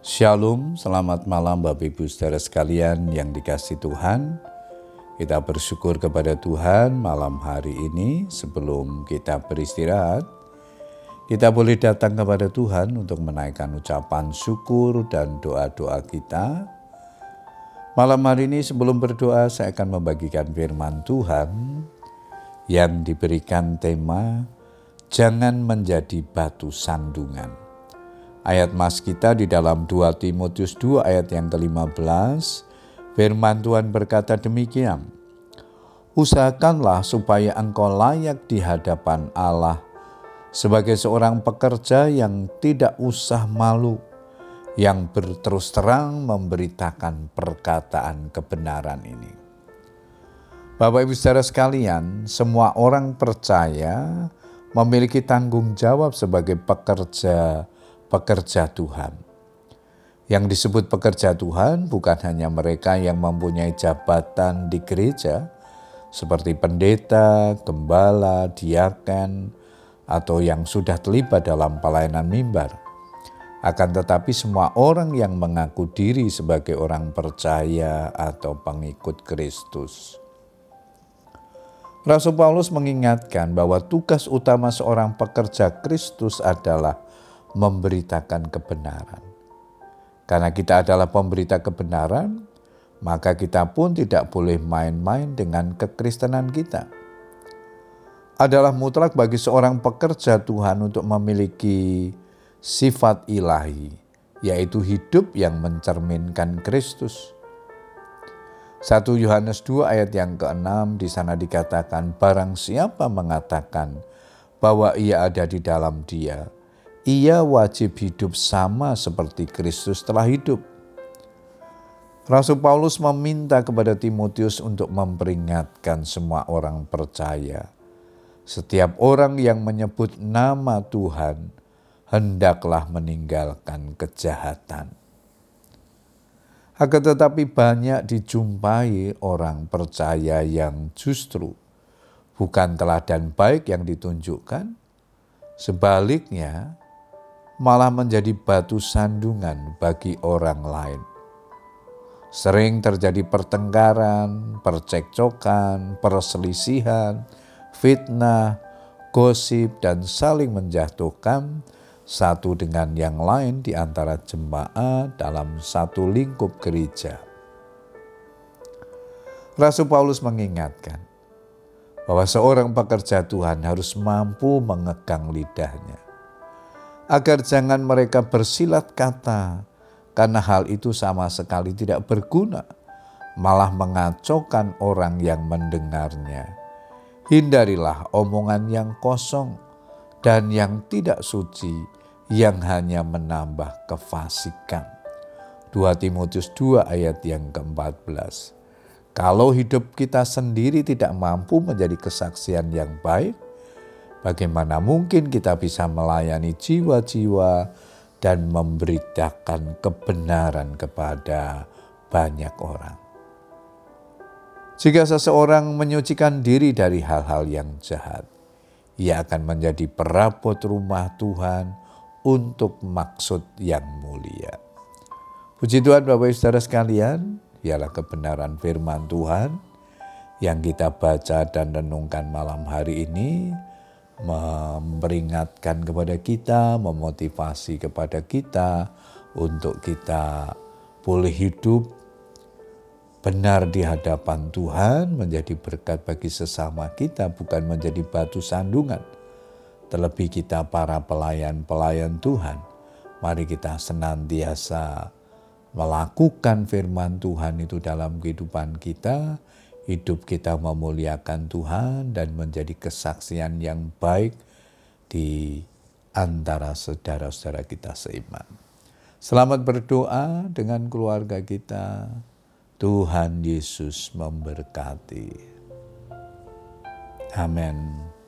Shalom, selamat malam Bapak Ibu saudara sekalian yang dikasihi Tuhan. Kita bersyukur kepada Tuhan malam hari ini sebelum kita beristirahat. Kita boleh datang kepada Tuhan untuk menaikkan ucapan syukur dan doa-doa kita. Malam hari ini sebelum berdoa saya akan membagikan firman Tuhan yang diberikan tema Jangan Menjadi Batu Sandungan. Ayat mas kita di dalam 2 Timotius 2 ayat yang ke-15, firman Tuhan berkata demikian, usahakanlah supaya engkau layak di hadapan Allah sebagai seorang pekerja yang tidak usah malu, yang berterus terang memberitakan perkataan kebenaran ini. Bapak Ibu saudara sekalian, semua orang percaya memiliki tanggung jawab sebagai pekerja Tuhan. Yang disebut pekerja Tuhan bukan hanya mereka yang mempunyai jabatan di gereja seperti pendeta, gembala, diaken, atau yang sudah terlibat dalam pelayanan mimbar. Akan tetapi semua orang yang mengaku diri sebagai orang percaya atau pengikut Kristus. Rasul Paulus mengingatkan bahwa tugas utama seorang pekerja Kristus adalah memberitakan kebenaran. Karena kita adalah pemberita kebenaran, maka kita pun tidak boleh main-main dengan kekristenan kita. Adalah mutlak bagi seorang pekerja Tuhan untuk memiliki sifat ilahi, yaitu hidup yang mencerminkan Kristus. 1 Yohanes 2 ayat yang ke-6 di sana dikatakan, barang siapa mengatakan bahwa ia ada di dalam Dia, ia wajib hidup sama seperti Kristus telah hidup. Rasul Paulus meminta kepada Timotius untuk memperingatkan semua orang percaya. Setiap orang yang menyebut nama Tuhan, hendaklah meninggalkan kejahatan. Akan tetapi banyak dijumpai orang percaya yang justru bukan teladan baik yang ditunjukkan, sebaliknya malah menjadi batu sandungan bagi orang lain. Sering terjadi pertengkaran, percekcokan, perselisihan, fitnah, gosip, dan saling menjatuhkan satu dengan yang lain di antara jemaat dalam satu lingkup gereja. Rasul Paulus mengingatkan bahwa seorang pekerja Tuhan harus mampu mengekang lidahnya, agar jangan mereka bersilat kata, karena hal itu sama sekali tidak berguna, malah mengacaukan orang yang mendengarnya. Hindarilah omongan yang kosong dan yang tidak suci, yang hanya menambah kefasikan. 2 Timotius 2 ayat yang ke-14. Kalau hidup kita sendiri tidak mampu menjadi kesaksian yang baik, bagaimana mungkin kita bisa melayani jiwa-jiwa dan memberitakan kebenaran kepada banyak orang? Jika seseorang menyucikan diri dari hal-hal yang jahat, ia akan menjadi perabot rumah Tuhan untuk maksud yang mulia. Puji Tuhan Bapak Ibu saudara sekalian, ialah kebenaran firman Tuhan yang kita baca dan renungkan malam hari ini, memperingatkan kepada kita, memotivasi kepada kita untuk kita boleh hidup benar di hadapan Tuhan, menjadi berkat bagi sesama kita, bukan menjadi batu sandungan. Terlebih kita para pelayan-pelayan Tuhan, mari kita senantiasa melakukan firman Tuhan itu dalam kehidupan kita, hidup kita memuliakan Tuhan dan menjadi kesaksian yang baik di antara saudara-saudara kita seiman. Selamat berdoa dengan keluarga kita. Tuhan Yesus memberkati. Amin.